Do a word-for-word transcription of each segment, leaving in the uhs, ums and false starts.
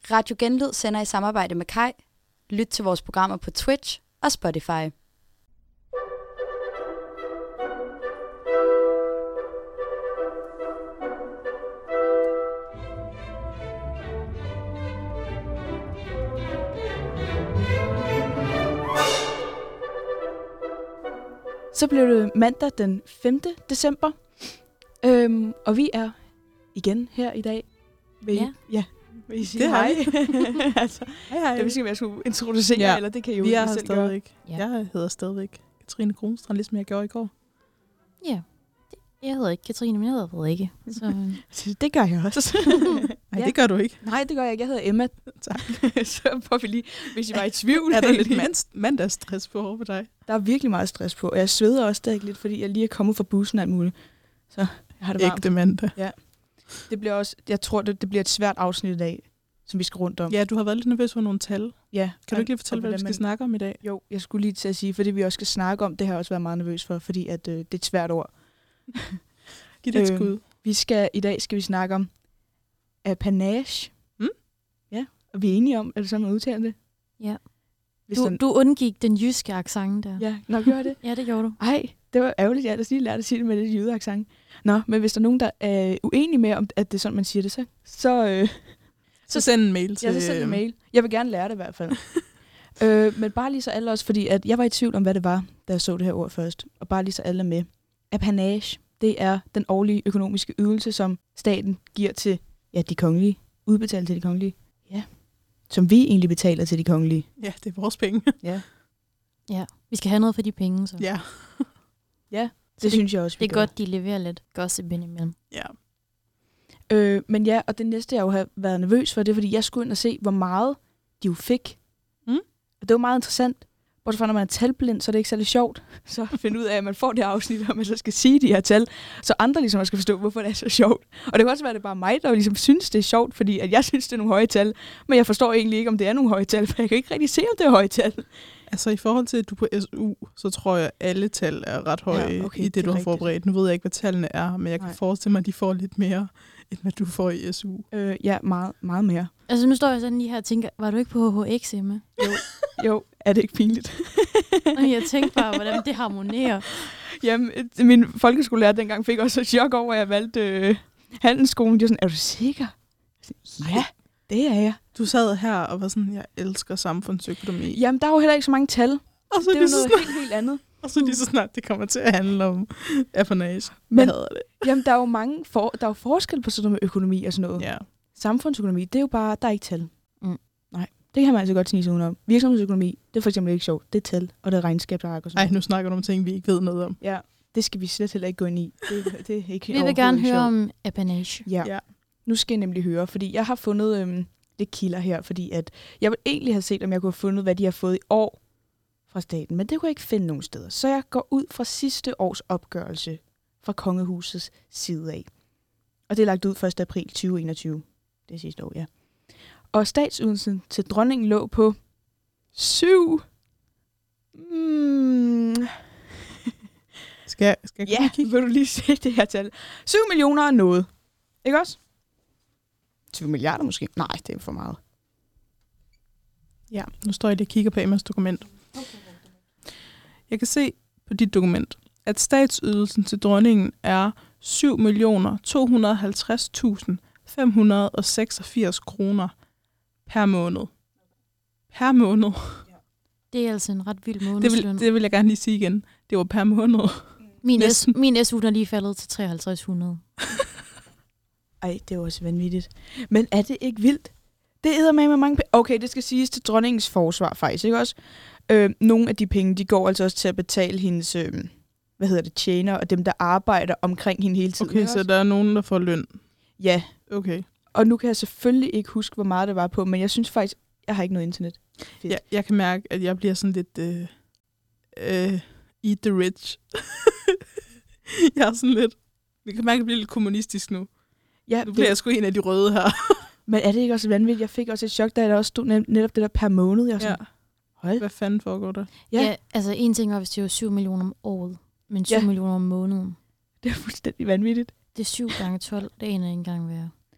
Radio Genlyd sender i samarbejde med Kai. Lyt til vores programmer på Twitch og Spotify. Så blev det mandag den femte december, øhm, og vi er igen her i dag. Vil I, Ja. ja. Vil I sige Det har hej? vi. altså, Hej, hej. jeg vidste ikke, om jeg skulle introducere, Ja. eller det kan I jo Vi er lige her selv gøre. stadigvæk. Ja. Jeg hedder stadigvæk Katrine Kronstrand, ligesom jeg gjorde i går. Ja, jeg hedder ikke Katrine, men jeg hedder Frederikke. Så Så det gør jeg også. Nej, Ja. det gør du ikke. Nej, det gør jeg ikke. Jeg hedder Emma. Tak. Så får vi lige, hvis I var i tvivl. Er der lidt mands- mandagsstress på over på dig? Der er virkelig meget stress på, og jeg sveder også stadig lidt, fordi jeg lige er kommet fra bussen og alt muligt. Så jeg har det varmt. Ægte mandag. Det bliver også, jeg tror, det, det bliver et svært afsnit i dag, som vi skal rundt om. Ja, du har været lidt nervøs for nogle tal. Ja. Kan du ikke lige fortælle, hvad vi skal snakke om i dag? Jo, jeg skulle lige til at sige, for det vi også skal snakke om, det har jeg også været meget nervøs for, fordi at, øh, det er et svært ord. Giv det et Øh, skud. Vi skal, I dag skal vi snakke om apanage. Mm? Ja, og vi er enige om, er det sådan, man udtaler det? ja. Hvis Du, den, du undgik den jyske accent der. Ja, nok gør det. Ja, det gjorde du. Ej, det var ærgerligt, jeg havde lige lært at sige det med lidt jydeaccent. Nå, men hvis der er nogen, der er uenige med, om at det er sådan, man siger det, så, så, øh, Så send en mail til... ja, så send en mail. Jeg vil gerne lære det i hvert fald. øh, men bare lige så alle også, fordi at jeg var i tvivl om, hvad det var, da jeg så det her ord først. Og bare lige så alle er med. Apanage, det er den årlige økonomiske ydelse, som staten giver til ja, de kongelige. Udbetalt til de kongelige. Ja. Som vi egentlig betaler til de kongelige. Ja, det er vores penge. Ja. Ja, vi skal have noget for de penge, så. Ja. Ja, det, det- det synes jeg også, vi Det er gør. godt, de leverer lidt gossip indimellem. Ja. Øh, men ja, og det næste, jeg jo har været nervøs for, det er, fordi jeg skulle ind og se, hvor meget de jo fik. Mm. Og det var meget interessant. Bortset fra, når man er talblind, så er det ikke særlig sjovt. Så at finde ud af, at man får det her afsnit, og man så skal sige de her tal. Så andre ligesom skal forstå, hvorfor det er så sjovt. Og det kan også være, at det er bare mig, der ligesom synes, det er sjovt, fordi at jeg synes, det er nogle høje tal. Men jeg forstår egentlig ikke, om det er nogle høje tal, for jeg kan ikke rigtig se, om det er høje tal. Altså i forhold til, at du er på S U, så tror jeg, at alle tal er ret høje Ja, ja, okay, okay, i det, det er du har rigtigt. forberedt. Nu ved jeg ikke, hvad tallene er, men jeg kan Nej. forestille mig, at de får lidt mere, end hvad du får i S U. Øh, ja, meget, meget mere. Altså, nu står jeg sådan lige her og tænker, var du ikke på H H X, Emma? Jo, jo, er det ikke pinligt? Og jeg tænkte bare, hvordan det harmonerer. Jamen, øh, min folkeskolelærer dengang fik også et chok over, at jeg valgte øh, handelsskolen. De var sådan, er du sikker? Jeg sagde, ja, det er jeg. Du sad her og var sådan, jeg elsker samfundsøkonomi. Jamen, der er jo heller ikke så mange tal. Og så Det er lige jo så noget snart, helt, helt andet. og så lige så snart det kommer til at handle om apanage. Men- Jeg hader det. Jamen, der er jo mange for, der er jo forskel på sådan noget med økonomi og sådan noget. Ja. Samfundsøkonomi, det er jo bare, der er ikke tal. Mm. Nej, det kan man altså godt snige sig udenom. Virksomhedsøkonomi, det er for eksempel ikke sjovt. Det er tal, og det er regnskabsark og sådan Ej, noget. nu snakker du om ting, vi ikke ved noget om. Ja, det skal vi slet heller ikke gå ind i. Det, det er ikke Vi vil overhovedet gerne ikke høre sjovt. om apanage. Ja. Ja. Nu skal jeg nemlig høre, fordi jeg har fundet øhm, lidt kilder her, fordi at jeg ville egentlig have set, om jeg kunne have fundet, hvad de har fået i år fra staten, men det kunne jeg ikke finde nogen steder. Så jeg går ud fra sidste års opgørelse fra Kongehusets side af. Og det er lagt ud første april tyve enogtyve. Det er sidste år, ja. Og statsydelsen til dronningen lå på syv... Mm, Skal jeg, skal jeg ja, komme og kigge? vil du lige se det her tal. syv millioner og noget. Ikke også? tyve milliarder måske? Nej, det er for meget. Ja, nu står jeg lige og kigger på Emmas dokument. Jeg kan se på dit dokument, at statsydelsen til dronningen er syv millioner to hundrede og halvtreds tusind fem hundrede og seksogfirs kroner per måned. Per måned. Det er altså en ret vild Det månedsløn. vil, det vil jeg gerne lige sige igen. Det var per måned. Min, S, næsten. min S U er lige faldet til treoghalvtreds hundrede. Ej, det er jo også vanvittigt. Men er det ikke vildt? Det æder med med mange penge. Okay, det skal siges til dronningens forsvar faktisk, ikke også? Øh, nogle af de penge, de går altså også til at betale hendes, øh, hvad hedder det, tjener, og dem, der arbejder omkring hende hele tiden. Okay, ikke så også? der er nogen, der får løn. Ja, Okay. og nu kan jeg selvfølgelig ikke huske, hvor meget det var på, men jeg synes faktisk, jeg har ikke noget internet. Fedt. Ja, jeg kan mærke, at jeg bliver sådan lidt... Øh, øh, eat the rich. Jeg er sådan lidt... Vi kan mærke, at jeg bliver lidt kommunistisk nu. Ja, Nu bliver jeg sgu en af de røde her. men er det ikke også vanvittigt? Jeg fik også et chok, da der også stod net- netop det der per måned. Jeg var sådan, Ja. hold. Hvad fanden foregår der? Ja. Ja. ja, altså en ting var, hvis det var syv millioner om året, men syv Ja. ja. millioner om måneden. Det er fuldstændig vanvittigt. Det er syv gange tolv, det er en af en gang værre.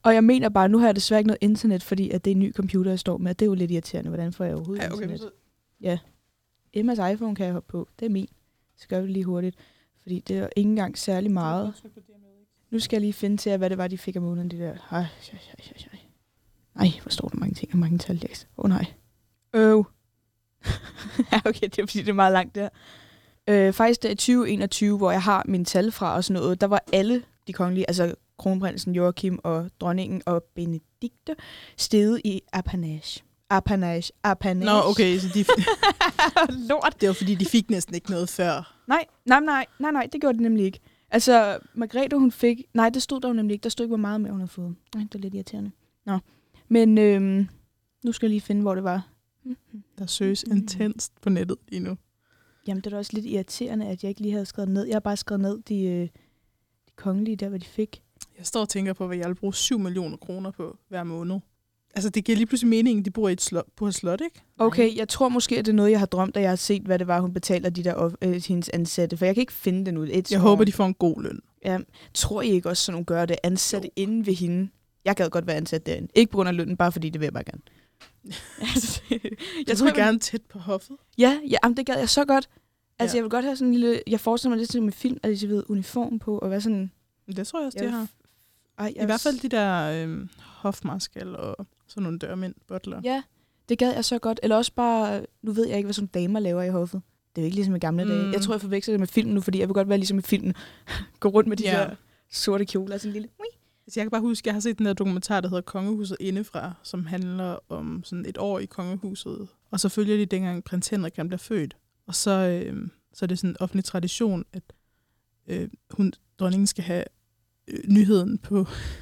Og jeg mener bare, nu har jeg desværre ikke noget internet, fordi at det er en ny computer, jeg står med. Det er jo lidt irriterende, hvordan får jeg overhovedet Ja, okay, internet? så... Ja. Emmas iPhone kan jeg hoppe på. Det er min. Så gør vi det lige hurtigt. Fordi det er ikke engang særlig meget. Nu skal jeg lige finde til jer, hvad det var, de fik af måneden, de der. Ej, ej, ej, ej. Ej, hvor står der mange ting og mange tal, Jax. Åh oh, nej. Øv. Ja, okay, det er fordi, det er meget langt der. Øh, faktisk der i tyve enogtyve, hvor jeg har mine tal fra og sådan noget, der var alle de kongelige, altså kronprinsen Joachim og dronningen og Benedikte, steget i apanage. Apanage, apanage. Nå, okay, så de... Lort. Det var fordi, de fik næsten ikke noget før. Nej, nej, nej, nej, nej, det gjorde det nemlig ikke. Altså, Margrethe, hun fik... Nej, det stod der jo nemlig ikke. Der stod ikke, hvor meget mere hun havde fået. Nej, det er lidt irriterende. Nå. Men øhm, nu skal jeg lige finde, hvor det var. Der søges intenst på nettet lige nu. Jamen, det er da også lidt irriterende, at jeg ikke lige havde skrevet ned. Jeg har bare skrevet ned de, øh, de kongelige der, hvad de fik. Jeg står og tænker på, hvad jeg vil bruge syv millioner kroner på hver måned. Altså, det giver lige pludselig meningen, de bor i et slot, på et slot, ikke? Okay, jeg tror måske, at det er noget, jeg har drømt, da jeg har set, hvad det var, hun betaler de der øh, hendes ansatte. For jeg kan ikke finde den ud. Et jeg håber, de får en god løn. Ja, tror I ikke også, sådan nogle gør det? Ansatte inde ved hende. Jeg gad godt være ansat derinde. Ikke på grund af lønnen, bare fordi det vil jeg bare gerne. altså, jeg, jeg tror jeg gerne tæt på hoffet. Ja, ja jamen, det gad jeg så godt. Altså, Ja. jeg vil godt have sådan en lille... Jeg forestiller mig lidt som en film, at de ved uniform på, og hvad sådan... Det tror jeg også, Jeg de vil har. f- Ej, I hvert fald de der øhm, hofmarskal og sådan nogle dørmænd, butler. Ja, det gad jeg så godt. Eller også bare... Nu ved jeg ikke, hvad sådan damer laver i hoffet. Det er jo ikke ligesom i gamle mm. dage. Jeg tror, jeg forveksler det med filmen nu, fordi jeg vil godt være ligesom i filmen. Gå rundt med de Ja. der sorte kjoler. Sådan en lille... Ui. Altså, jeg kan bare huske, at jeg har set den der dokumentar, der hedder Kongehuset Indefra, som handler om sådan et år i kongehuset. Og så følger de dengang prins Henrik han bliver født. Og så, øh, så er det sådan en offentlig tradition, at øh, hun, dronningen skal have øh, nyheden på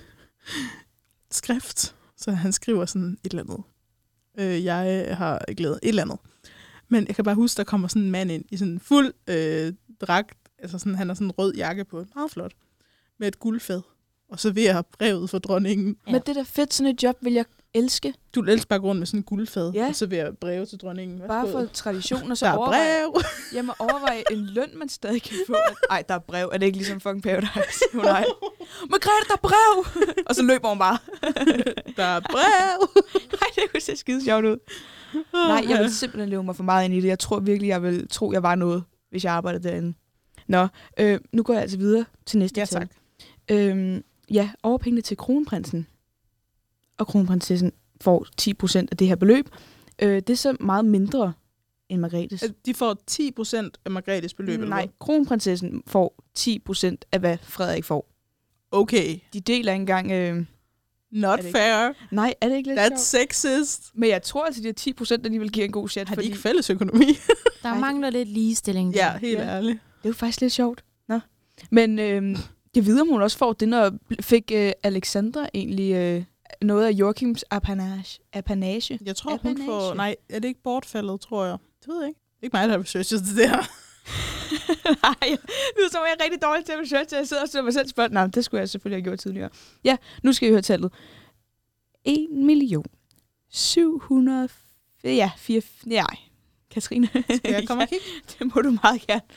skrift. Så han skriver sådan et eller andet. Øh, jeg har glædet et eller andet. Men jeg kan bare huske, der kommer sådan en mand ind i sådan en fuld øh, dragt. Altså sådan, han har sådan en rød jakke på. Meget flot. Med et guldfad. Og serverer brevet for dronningen. Ja. Men det der fedt, sådan et job vil jeg elske. Du vil elske bare gå rundt med sådan en guldfad. Ja. Og serverer breve til dronningen. Værsgo. Bare for tradition, og så der er overveje, brev. jamen, overveje en løn, man stadig kan få. Ej, der er brev. Er det ikke ligesom fucking Paradise? Nej. Margrethe, der er brev! Og så løber hun bare. Der er brev. Nej, det kunne se skide sjovt ud. Nej, jeg vil simpelthen leve mig for meget ind i det. Jeg tror virkelig, jeg vil tro, jeg var noget, hvis jeg arbejdede derinde. Nå, øh, nu går jeg altså videre til næste Ja, tal. tak. Øhm, ja, overpengene til kronprinsen. Og kronprinsessen får ti procent af det her beløb. Øh, det er så meget mindre end Margrethes. De får ti procent af Margrethes beløb. eller Nej, hvad? kronprinsessen får ti procent af, hvad Frederik får. Okay. De deler ikke engang... Øh... Not Er det ikke- fair. Nej, er det ikke lidt That's sjovt? sexist. Men jeg tror altså, de her ti procent alligevel giver en god chat. Har de fordi ikke fælles økonomi? Der Ej. mangler lidt ligestilling. der. Ja, helt Ja. ærligt. Det er jo faktisk lidt sjovt. Nå. Men øh, det videre, om hun også får det, når fik øh, Alexandra egentlig øh, noget af Joachims apanage. apanage. Jeg tror, hun Apanage. får... Nej, er det ikke bortfaldet, tror jeg. Det ved jeg ikke. Det er ikke mig, der har researchet det der. Nej, det er som jeg er rigtig dårlig til at researche. Jeg sidder og stiller mig selv spørgsmål. Nej, det skulle jeg selvfølgelig have gjort tidligere. Ja, nu skal I høre tallet. en million syv hundrede... Ja, fire... Nej, Katrine. Skal jeg komme og kigge? Det må du meget gerne.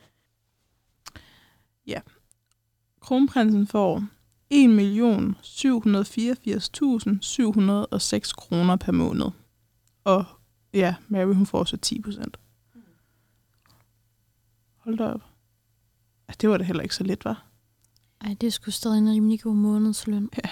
Kronprinsen får en million syv hundrede fireogfirs tusind syv hundrede og seks kroner per måned. Og ja, Mary hun får så ti procent. Hold da op. Ja, det var da heller ikke så lidt, var. Ej, det er sgu stadig en rimelig god månedsløn. Ja.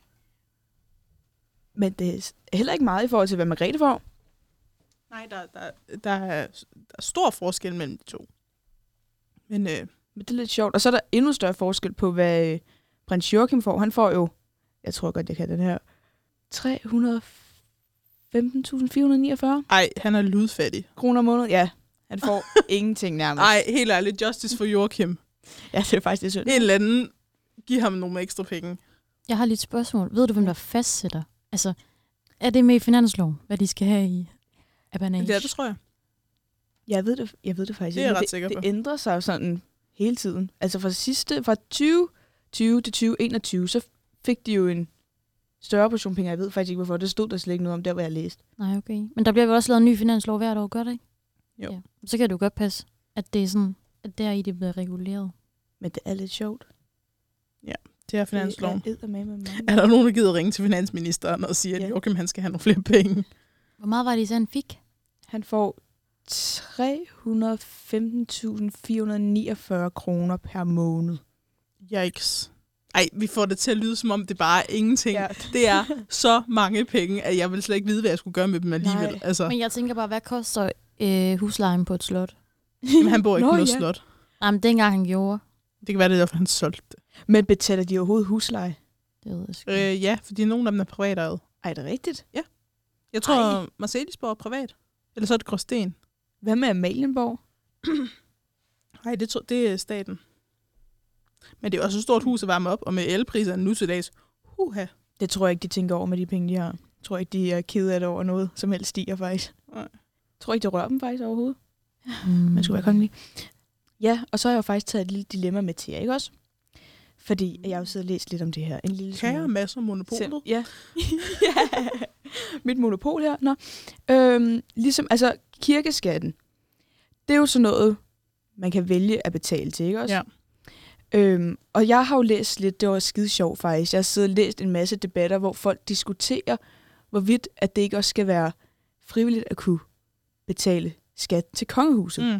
Men det er heller ikke meget i forhold til, hvad Margrethe får. Nej, der, der, der, er, der er stor forskel mellem de to. Men øh, Men det er lidt sjovt. Og så er der endnu større forskel på, hvad øh, prins Joachim får. Han får jo, jeg tror godt, jeg kan den her, tre hundrede og femten tusind fire hundrede og niogfyrre ej, han er ludfattig. kroner om måneden. Ja, han får ingenting nærmest. Ej, helt ærligt, justice for Joachim. Ja, det er faktisk det synd. En eller anden, giv ham nogle ekstra penge. Jeg har lidt spørgsmål. Ved du, hvem der fastsætter? Altså, er det med i finansloven, hvad de skal have i apanage? Ja, det tror jeg. Jeg ved det, jeg ved det faktisk Det er jeg ikke. ret sikker det, på. det ændrer sig jo sådan hele tiden. Altså fra sidste, fra tyve tyve til tyve enogtyve, så fik de jo en større portion penge. Jeg ved faktisk ikke, hvorfor. Det stod der slet ikke noget om, der hvor jeg læste. Nej, okay. Men der bliver vel også lavet en ny finanslov hvert år, gør det ikke? Jo. Ja. Så kan det jo godt passe, at det er sådan, at der i det bliver reguleret. Men det er lidt sjovt. Det er finansloven. Det er, med mange. Er der nogen, der gider ringe til finansministeren og sige, at Ja. Joachim, han skal have nogle flere penge? Hvor meget var det, han fik? Han får tre hundrede og femten tusind fire hundrede og niogfyrre kroner per måned. Yikes. Ej, vi får det til at lyde, som om det bare er ingenting. Ja. Det er så mange penge, at jeg vil slet ikke vide, hvad jeg skulle gøre med dem alligevel. Nej. Altså, Men jeg tænker bare, hvad koster øh, huslejen på et slot? jamen, han bor ikke Nå, på noget ja. slot. Nej, men dengang han gjorde. Det kan være, det er derfor, han solgte det. Men betaler de overhovedet husleje? Det ved jeg sgu. Øh, ja, fordi nogle af dem er privatejet. Ej, er det rigtigt? Jeg tror, Marselisborg er privat. Eller så er det Gråsten. Hvad med Amalienborg? Nej, det, tror, det er staten. Men det er også et stort hus at varme op, og med elpriserne nu til dags. Huha. Det tror jeg ikke, de tænker over med de penge, de har. Jeg tror ikke, de er kede af det over noget, som helst stiger faktisk. Nej. Jeg tror ikke, det rører dem faktisk overhovedet. Mm. Man skulle være kongelig. Ja, og så har jeg jo faktisk taget et lille dilemma med til jer, ikke også? Fordi jeg har jo siddet og læst lidt om det her. En lille Kære smule. masser monopolet. Sim- ja. ja. Mit monopol her. Nå. Øhm, ligesom, altså, kirkeskatten. Det er jo sådan noget, man kan vælge at betale til, ikke også? Ja. Øhm, og jeg har jo læst lidt, det var skide sjovt faktisk. Jeg har siddet og læst en masse debatter, hvor folk diskuterer, hvorvidt at det ikke også skal være frivilligt at kunne betale skat til kongehuset. Mm.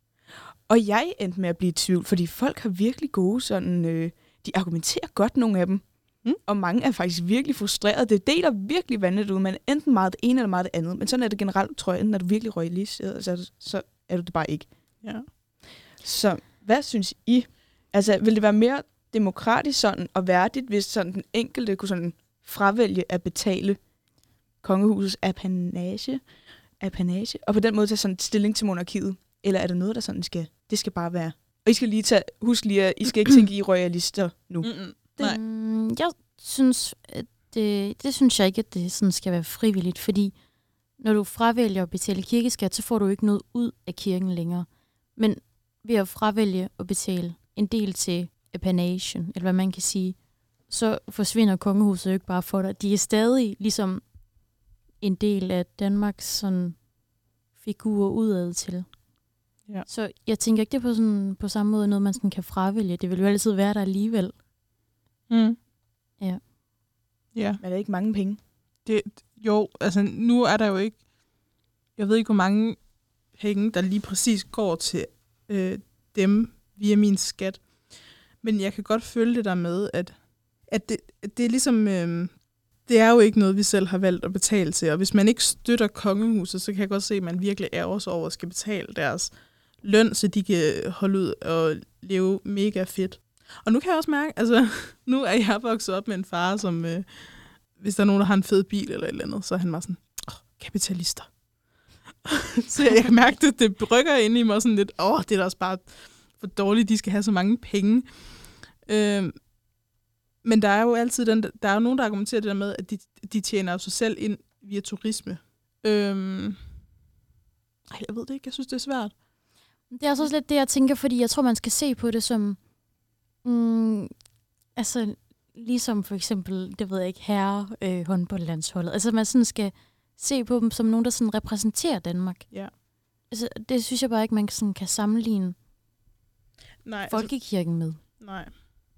Og jeg endte med at blive i tvivl, fordi folk har virkelig gode sådan, øh, de argumenterer godt, nogle af dem. Mm. Og mange er faktisk virkelig frustreret. Det deler virkelig vandet ud. Man er enten meget det ene eller meget det andet. Men sådan er det generelt, tror jeg. Enten er du virkelig royalist, så er, det, så er du det bare ikke. Ja. Så hvad synes I? Altså, vil det være mere demokratisk sådan og værdigt, hvis sådan den enkelte kunne sådan fravælge at betale kongehusets apanage, apanage og på den måde tage sådan stilling til monarkiet? Eller er der noget, der sådan skal, det skal bare være? Og I skal lige tage, husk lige, at I skal ikke tænke, I er royalister nu. Mm-mm. Nej. Mm, jeg synes, at det, det synes jeg ikke, at det sådan skal være frivilligt, fordi når du fravælger at betale kirkeskat, så får du ikke noget ud af kirken længere. Men ved at fravælge at betale en del til apanagen, eller hvad man kan sige, så forsvinder kongehuset jo ikke bare for dig. De er stadig ligesom en del af Danmarks sådan figur udad til. Ja. Så jeg tænker ikke, det er på, sådan, på samme måde noget, man sådan kan fravælge. Det vil jo altid være der alligevel. Mm. Ja. Ja. Men er der ikke mange penge? Det, jo, altså nu er der jo ikke, jeg ved ikke, hvor mange penge, der lige præcis går til øh, dem via min skat. Men jeg kan godt følge det der med, at, at, det, at det er ligesom, øh, det er jo ikke noget, vi selv har valgt at betale til. Og hvis man ikke støtter kongehuset, så kan jeg godt se, at man virkelig ærger sig over at skal betale deres løn, så de kan holde ud og leve mega fedt. Og nu kan jeg også mærke, altså nu er jeg vokset op med en far, som øh, hvis der er nogen, der har en fed bil eller et eller andet, så er han meget sådan, åh, kapitalister. Så jeg, jeg kan mærke, det, det brygger ind i mig sådan lidt, åh, det er da også bare for dårligt, de skal have så mange penge. Øh, men der er jo altid den, der er jo nogen, der argumenterer det der med, at de, de tjener sig selv ind via turisme. Øh, ej, jeg ved det ikke, jeg synes, det er svært. Det er også lidt det, jeg tænker, fordi jeg tror, man skal se på det som, mm, altså ligesom for eksempel, det ved jeg ikke, herre øh, håndboldlandsholdet. Altså man sådan skal se på dem som nogen, der sådan repræsenterer Danmark. Ja. Altså, det synes jeg bare ikke, man sådan kan sammenligne Nej, altså, folkekirken med. nej.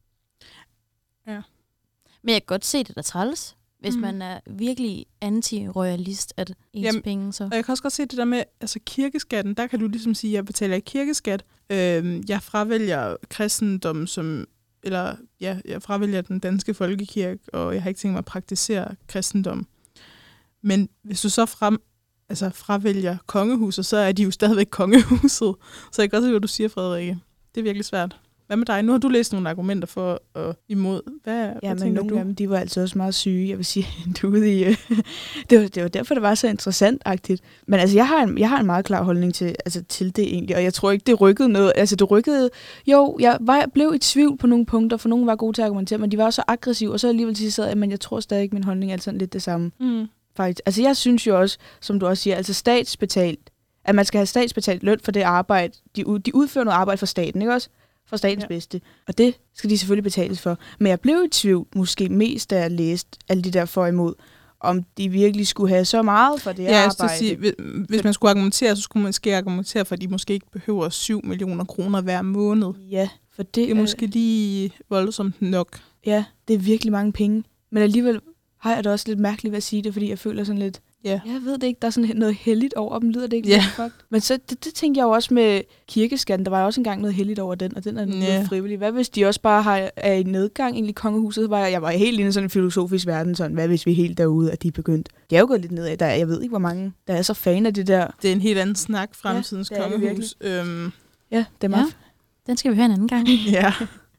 Men jeg kan godt se det, der træls, hvis Mm. mm. man er virkelig anti-royalist, at ens Jamen, penge så... Og jeg kan også godt se det der med, altså kirkeskatten, der kan du ligesom sige, at jeg betaler ikke kirkeskat. Øh, jeg fravælger kristendom som, eller ja, jeg fravælger den danske folkekirke, og jeg har ikke tænkt mig at praktisere kristendom. Men hvis du så frem, altså fravælger kongehuset, så er de jo stadigvæk kongehuset. Så jeg kan godt se, hvad du siger, Frederikke. Det er virkelig svært. Hvad med dig? Nu har du læst nogle argumenter for og imod. Hvad, Ja, hvad men tænker nogle du? af dem, de var altså også meget syge. Jeg vil sige, du er ude i... Øh, det, var, det var derfor, det var så interessant-agtigt. Men altså, jeg har en, jeg har en meget klar holdning til, altså, til det egentlig, og jeg tror ikke, det rykkede noget. Altså, det rykkede... Jo, jeg var, blev i tvivl på nogle punkter, for nogle var gode til at argumentere, men de var også så aggressive, og så alligevel til sidst, men jeg tror stadig ikke, min holdning er sådan lidt det samme. Mm. Faktisk. Altså, jeg synes jo også, som du også siger, altså statsbetalt, at man skal have statsbetalt løn for det arbejde. De, de udfører noget arbejde for staten, ikke også? For statens ja. bedste. Og det skal de selvfølgelig betales for. Men jeg blev i tvivl, måske mest, da jeg læste alle de der for imod, om de virkelig skulle have så meget for det ja, arbejde. Sige, hvis, hvis man skulle argumentere, så skulle man måske argumentere for, at de måske ikke behøver syv millioner kroner hver måned. Ja, for det, Det er måske lige voldsomt nok. Ja, det er virkelig mange penge. Men alligevel har jeg det også lidt mærkeligt ved at sige det, fordi jeg føler sådan lidt, Ja. jeg ved det ikke, der er sådan noget helligt over dem, lyder det ikke? Ja. lidt fucked? Men så, det, det tænkte jeg jo også med kirkeskatten, der var jo også engang noget helligt over den, og den er nu Ja. lidt frivillig. Hvad hvis de også bare har, er i nedgang egentlig i kongehuset? Var jeg, jeg var helt inde i sådan en filosofisk verden, sådan, hvad hvis vi er helt derude, at de er begyndt? Det er jo gået lidt nedad, der er, jeg ved ikke, hvor mange, der er så fan af det der. Det er en helt anden snak, fremtidens Ja, det er det kongehus. Øhm, Ja, det er meget. Ja. Den skal vi høre en anden gang. ja.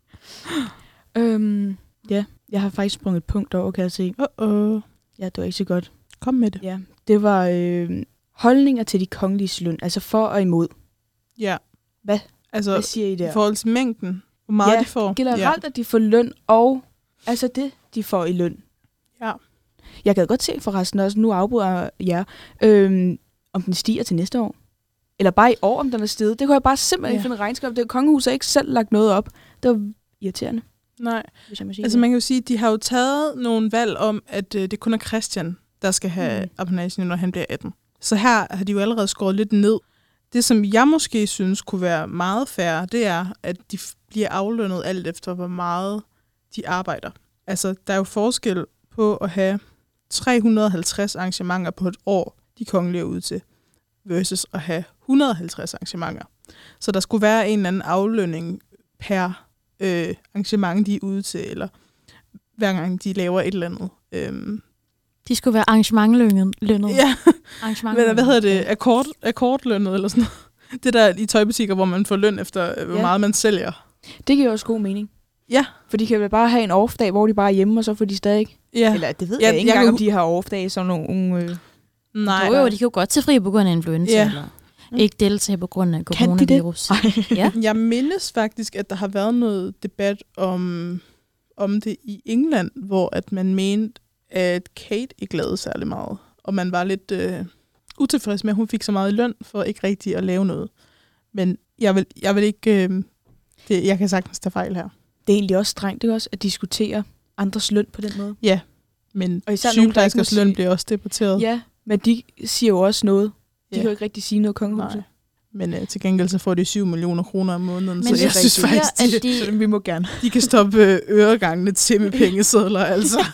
Øhm, ja, jeg har faktisk sprunget et punkt over, kan jeg se. Uh-oh. Ja, det var ikke så godt. Kom med det. Ja, det var øh, holdninger til de kongelige løn, altså for og imod. Ja. Hvad? Altså, Hvad siger I der? i forhold til mængden, hvor meget ja, de får. generelt, at de får løn, og altså det, de får i løn. Ja. Jeg kan godt se forresten også, nu afbryder jeg jer, øh, om den stiger til næste år. Eller bare i år, om den er steget. Det kunne jeg bare simpelthen ikke Ja. finde regnskab. Det kongehuset har ikke selv lagt noget op. Det var irriterende, Nej. hvis jeg må sige Altså det. man kan jo sige, at de har jo taget nogle valg om, at øh, det kun er Christian, der skal have Mm. apanagen, når han bliver atten. Så her har de jo allerede skåret lidt ned. Det, som jeg måske synes kunne være meget fair, det er, at de f- bliver aflønnet alt efter, hvor meget de arbejder. Altså, der er jo forskel på at have tre hundrede og halvtreds arrangementer på et år, de kongelige er ude til, versus at have et hundrede og halvtreds arrangementer. Så der skulle være en eller anden aflønning per øh, arrangement, de er ude til, eller hver gang de laver et eller andet. Øhm, De skulle være arrangementlønnet. ja, Arrangementlønnet. men hvad hedder det? Akkord, akkordlønnet eller sådan noget. Det der i tøjbutikker, hvor man får løn efter, øh, hvor Ja. meget man sælger. Det giver også god mening. Ja. For de kan vel bare have en off-dag, hvor de bare er hjemme, og så får de stadig... Ja. Eller det ved Ja, jeg ikke jeg engang, kan om de har off-dag, sådan nogle... Øh... Nej. Jo, jo, de kan jo godt til fri på grund af influenza, Ja. eller ikke deltage på grund af Kan de det? coronavirus. Ja. Jeg mindes faktisk, at der har været noget debat om, om det i England, hvor at man mente, at Kate ikke lavede særlig meget. Og man var lidt øh, utilfreds med, at hun fik så meget i løn for ikke rigtig at lave noget. Men jeg vil, jeg vil ikke... Øh, det, jeg kan sagtens tage fejl her. Det er egentlig også strengt, ikke også, at diskutere andres løn på den måde. Ja, men Og især nogen, der ikke må sygeplejerskers løn sige- bliver også debatteret. Ja, men de siger jo også noget. De Ja. kan jo ikke rigtig sige noget kongehuset. Nej. Men øh, til gengæld så får de syv millioner kroner om måneden, Men så det jeg er synes rigtigt. faktisk, At de, de- Så vi må gerne. de kan stoppe øh, øregangene til med pengesedler. Altså.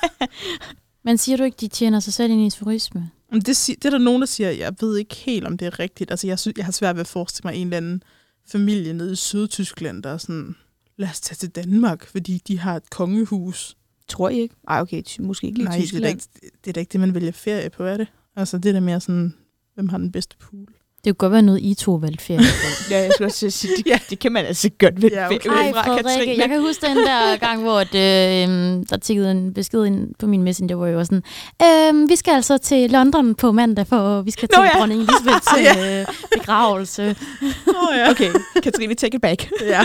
Men siger du ikke, de tjener sig selv ind i turisme? Men det, si- det er der nogen, der siger, jeg ved ikke helt, om det er rigtigt. Altså, jeg, synes, jeg har svært ved at forestille mig en eller anden familie nede i Sydtyskland, der er sådan, lad os tage til Danmark, fordi de har et kongehus. Tror I ikke? Ej, okay, ty- måske ikke lige Nej, det er, Tyskland. da ikke, det er da ikke det, man vælger ferie på, er det? Altså, det er da mere sådan, hvem har den bedste pool? Det kunne godt være noget, I to valgte ferie på. Ja, jeg skulle også sige, det, Ja. det kan man altså godt ved Ja, okay. ferie Ej, fra, Frederikke, Katrine. jeg kan huske den der gang, hvor at, øh, der tikkede en besked ind på min messenger, hvor jeg var sådan, øh, vi skal altså til London på mandag, for vi skal til Nå ja. dronning Elisabeths øh, begravelse. Åh, ja. Okay, Katrine, take it back. ja.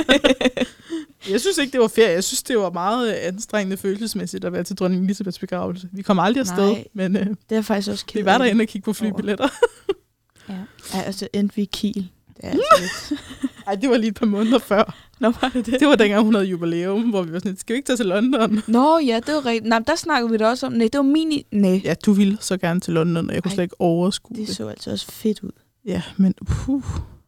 Jeg synes ikke, det var ferie. Jeg synes, det var meget øh, anstrengende følelsesmæssigt at være til dronning Elisabeths begravelse. Vi kom aldrig afsted, Nej. men øh, Det er jeg faktisk også ked vi var af. derinde og kiggede på flybilletter. Ja. Ja, altså endte vi i Kiel. Det er altså lidt. Ej, det var lige et par måneder før. Nå, var det det? Det var dengang, hun havde jubilæum, hvor vi var sådan, skal vi ikke tage til London? Nå, ja, det var rigtigt. Nej, der snakkede vi da også om. Nej, det var mini... Nej, Ja, du ville så gerne til London, og jeg kunne Ej, slet ikke overskue det det. så altså også fedt ud. Ja, men puh.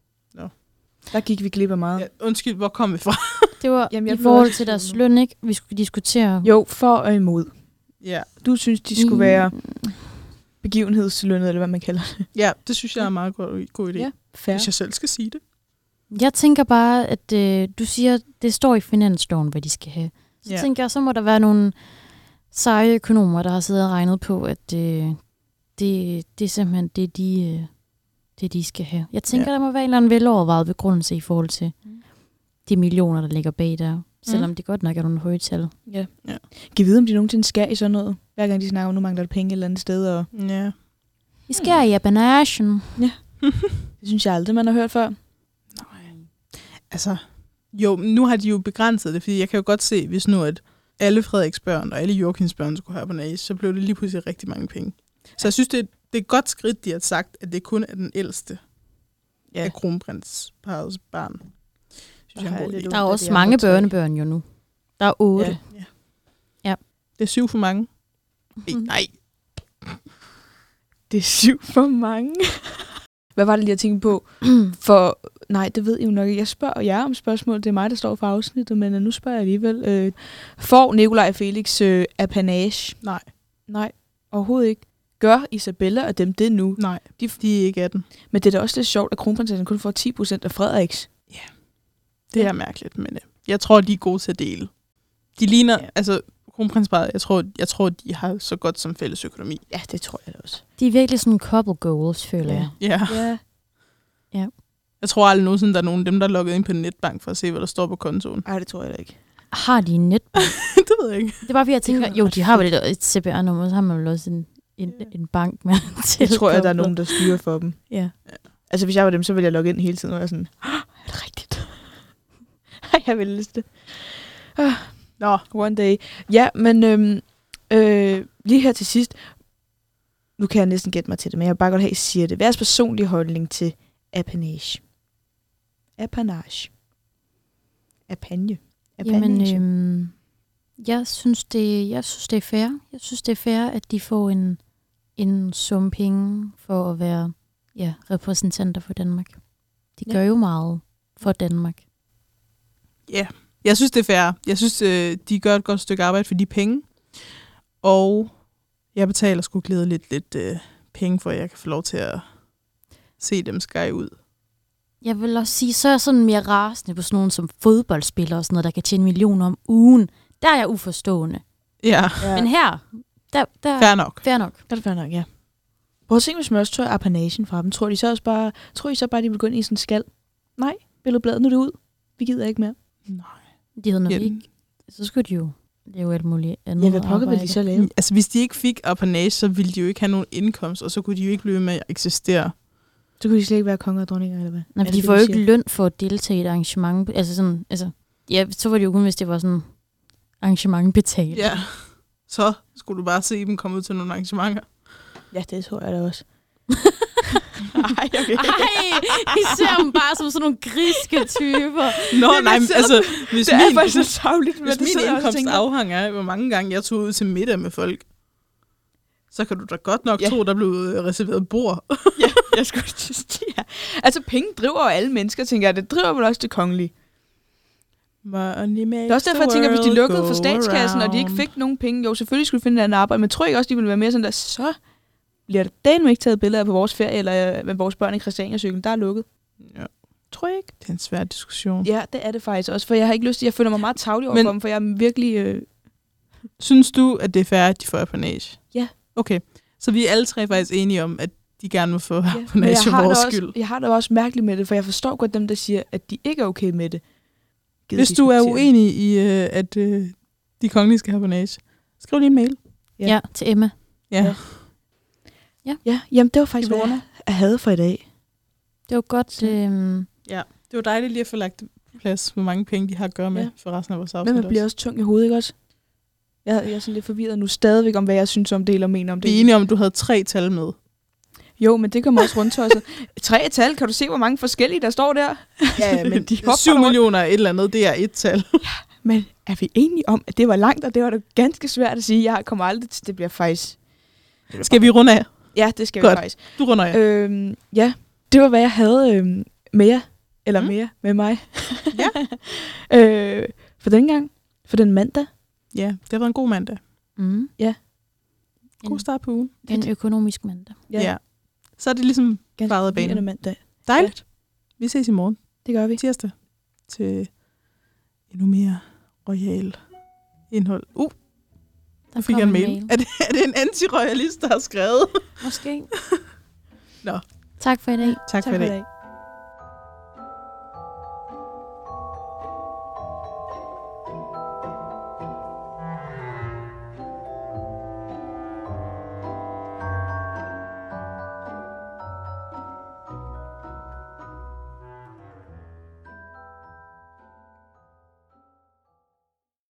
Der gik vi glip af meget. Ja, undskyld, hvor kom vi fra? Det var Jamen, Jamen, jeg i blev forhold også til deres forstået løn, ikke? Vi skulle diskutere. Jo, for og imod. Ja. Du synes, de skulle være begivenhedslønnet, eller hvad man kalder det. ja, det synes jeg er en meget god, god idé. Ja, fair. Hvis jeg selv skal sige det. Jeg tænker bare, at øh, du siger, det står i finansloven, hvad de skal have. Så Ja. ja. tænker jeg, så må der være nogle seje økonomer, der har siddet og regnet på, at øh, det, det er simpelthen det, de, øh, det, de skal have. Jeg tænker, Ja. ja. der må være en eller anden velovervejet begrundelse i forhold til Mm. de millioner, der ligger bag der. Selvom mm. det godt nok er nogle høje tal. Ja. Ja. Kan I vide, om de nogensinde skærer i sådan noget? Hver gang de snakker om, nu mangler der penge et eller andet sted. Og... Ja. Vi skærer i apanagen. Det synes jeg aldrig, man har hørt før. Nej. Altså, jo, nu har de jo begrænset det, fordi jeg kan jo godt se, hvis nu at alle Frederiks børn og alle Joachims børn skulle have apanage, så blev det lige pludselig rigtig mange penge. Så jeg synes, det er, det er et godt skridt, de har sagt, at det kun er den ældste Ja. af kronprinsparrets barn. Synes Der jeg er har en god jeg idé. lidt Der er ondt af også det, jeg mange har fået talt. børnebørn jo nu. Der er otte. Ja. Ja. Det er syv for mange. Mhm. Nej. Det er syv for mange. Hvad var det lige, jeg tænkte på? For, nej, det ved I jo nok ikke. Jeg spørger jer om spørgsmål. Det er mig, der står for afsnittet, men nu spørger jeg alligevel. Øh, får Nikolaj og Felix øh, apanage? Nej. Nej, overhovedet ikke. Gør Isabella og dem det nu? Nej, de, de er ikke atten. Men det er da også lidt sjovt, at kronprinsessen kun får ti procent af Frederiks. Ja, det er mærkeligt, men øh, jeg tror, de er gode til at dele. De ligner, ja. altså kronprinsparet, jeg tror, jeg tror, de har så godt som fælles økonomi. Ja, det tror jeg da også. De er virkelig sådan couple goals, føler Ja. jeg. Ja. Ja. Ja. Jeg tror aldrig nogensinde, der er nogen af dem, der er logget ind på en netbank for at se, hvad der står på kontoen. Ej, det tror jeg da ikke. Har de en netbank? Det ved jeg ikke. Det er bare, fordi jeg tænker, Det jo, ret de har vel et, et C P R-nummer, så har man vel også en, en, en bank med til. Det tror jeg, der er nogen, der styrer for dem. Ja. Altså, hvis jeg var dem, så ville jeg logge ind hele tiden, og jeg er sådan, er det rigtigt? Ej, jeg vil lyst det. Ah, Nå, one day. Ja, men øhm, øh, lige her til sidst, nu kan jeg næsten gætte mig til det, men jeg vil bare godt have, at I siger det. Hvad er jeres personlige holdning til apanage? Apanage. Apagne. Jamen, øhm, jeg synes, det, jeg synes, det er fair. Jeg synes, det er fair, at de får en, en sum penge for at være ja, repræsentanter for Danmark. De Ja. gør jo meget for Danmark. ja. Yeah. Jeg synes, det er fair. Jeg synes, øh, de gør et godt stykke arbejde for de penge. Og jeg betaler sgu glæde lidt, lidt øh, penge, for at jeg kan få lov til at se dem skære ud. Jeg vil også sige, så er jeg sådan mere rasende på sådan nogen som fodboldspillere og sådan noget, der kan tjene millioner om ugen. Der er jeg uforstående. Ja, Ja. Men her, der, der fair nok. fair nok. Det er fair nok, ja. Prøv at se, hvis man også tør apanagen fra dem. Tror de så også bare, tror I så bare, de vil gå ind i sådan en skal? Nej, billedbladet, nu er det ud. Vi gider ikke mere. Nej. De havde nok Ja. ikke. Så skulle de jo lave alt muligt andet Ja, hvad pokker vil arbejde. de så lave? Altså, hvis de ikke fik apanage, så ville de jo ikke have nogen indkomst, og så kunne de jo ikke blive med at eksistere. Så kunne de slet ikke være konger og dronninger, eller hvad? Nej, Er for det de det, får du jo ikke siger? løn for at deltage i et arrangement. Altså sådan, altså, ja, så var det jo kun, hvis det var sådan arrangement betalt. Ja. Så skulle du bare se dem komme ud til nogle arrangementer. Ja, det tror jeg da også. Nej, okay. Ej, I ser dem bare som sådan nogle griske typer. Nå, Jamen, nej, men så- altså, hvis Det er min, faktisk så tavligt, men hvis det min sidder jeg også og indkomst tænker. afhang af, hvor mange gange jeg tog ud til middag med folk, så kan du da godt nok Ja. tro, der blev reserveret bord. Ja, jeg skulle til at sige. Altså, penge driver jo alle mennesker, tænker jeg. Det driver vel også det kongelige. Money makes Det er også derfor, jeg tænker, hvis de lukkede for statskassen, og de ikke fik nogen penge, jo, selvfølgelig skulle de finde et andet arbejde, men tror ikke også, de ville være mere sådan der, så bliver der dame ikke taget billeder på vores ferie, eller med vores børn i Christiania-cyklen, der er lukket. Ja. Tror jeg ikke. Det er en svær diskussion. Ja, det er det faktisk også, for jeg har ikke lyst til, jeg føler mig meget tavlig over Men- for dem, for jeg er virkelig... Øh, Synes du, at det er fair, at de får apanage? Ja. Okay, så vi er alle tre faktisk enige om, at de gerne må få ja. Men apanage jeg for har, vores det også, skyld. jeg har det også mærkeligt med det, for jeg forstår godt dem, der siger, at de ikke er okay med det. Gider Hvis du er diskutere. uenig i, øh, at øh, de kongelige skal have apanage, skriv lige en mail. Ja. Ja, ja til Emma. Ja. Ja. Ja, jamen det var faktisk, hvad Ilona. jeg, jeg havde for i dag. Det var godt. Øhm, ja. Det var dejligt lige at få lagt på plads, hvor mange penge de har at gøre med Ja. for resten af vores afsnit. Men man bliver også tung i hovedet, ikke også? Jeg, jeg er sådan lidt forvirret nu stadigvæk om, hvad jeg synes om det, eller mener om det. Vi er enige om, at du havde tre tal med. Jo, men det kommer også rundt tosset. Tre tal, kan du se, hvor mange forskellige, der står der? Ja, men de hopper syv rundt. millioner af et eller andet, det er et tal. Men er vi enige om, at det var langt, og det var da ganske svært at sige. Jeg kommer aldrig til, det bliver faktisk... Skal vi runde af? Ja, det skal Godt. vi faktisk. Du runder af. Øhm, ja, det var, hvad jeg havde øhm, med jer. Eller Mm. med jer, med mig. Ja. øh, for den gang. For den mandag. Ja, det har været en god mandag. mm, God en, start på ugen. en økonomisk mandag. Ja. ja. Så er det ligesom ganske faret af banen. forvirrende mandag. Dejligt. Vi ses i morgen, Det gør vi. tirsdag, til endnu mere royal indhold. Uh, Der nu fik kom jeg en mail. Er det, er det en anti-royalist, der har skrevet? Måske. Nå. Tak for i dag. Tak, Tak for i dag.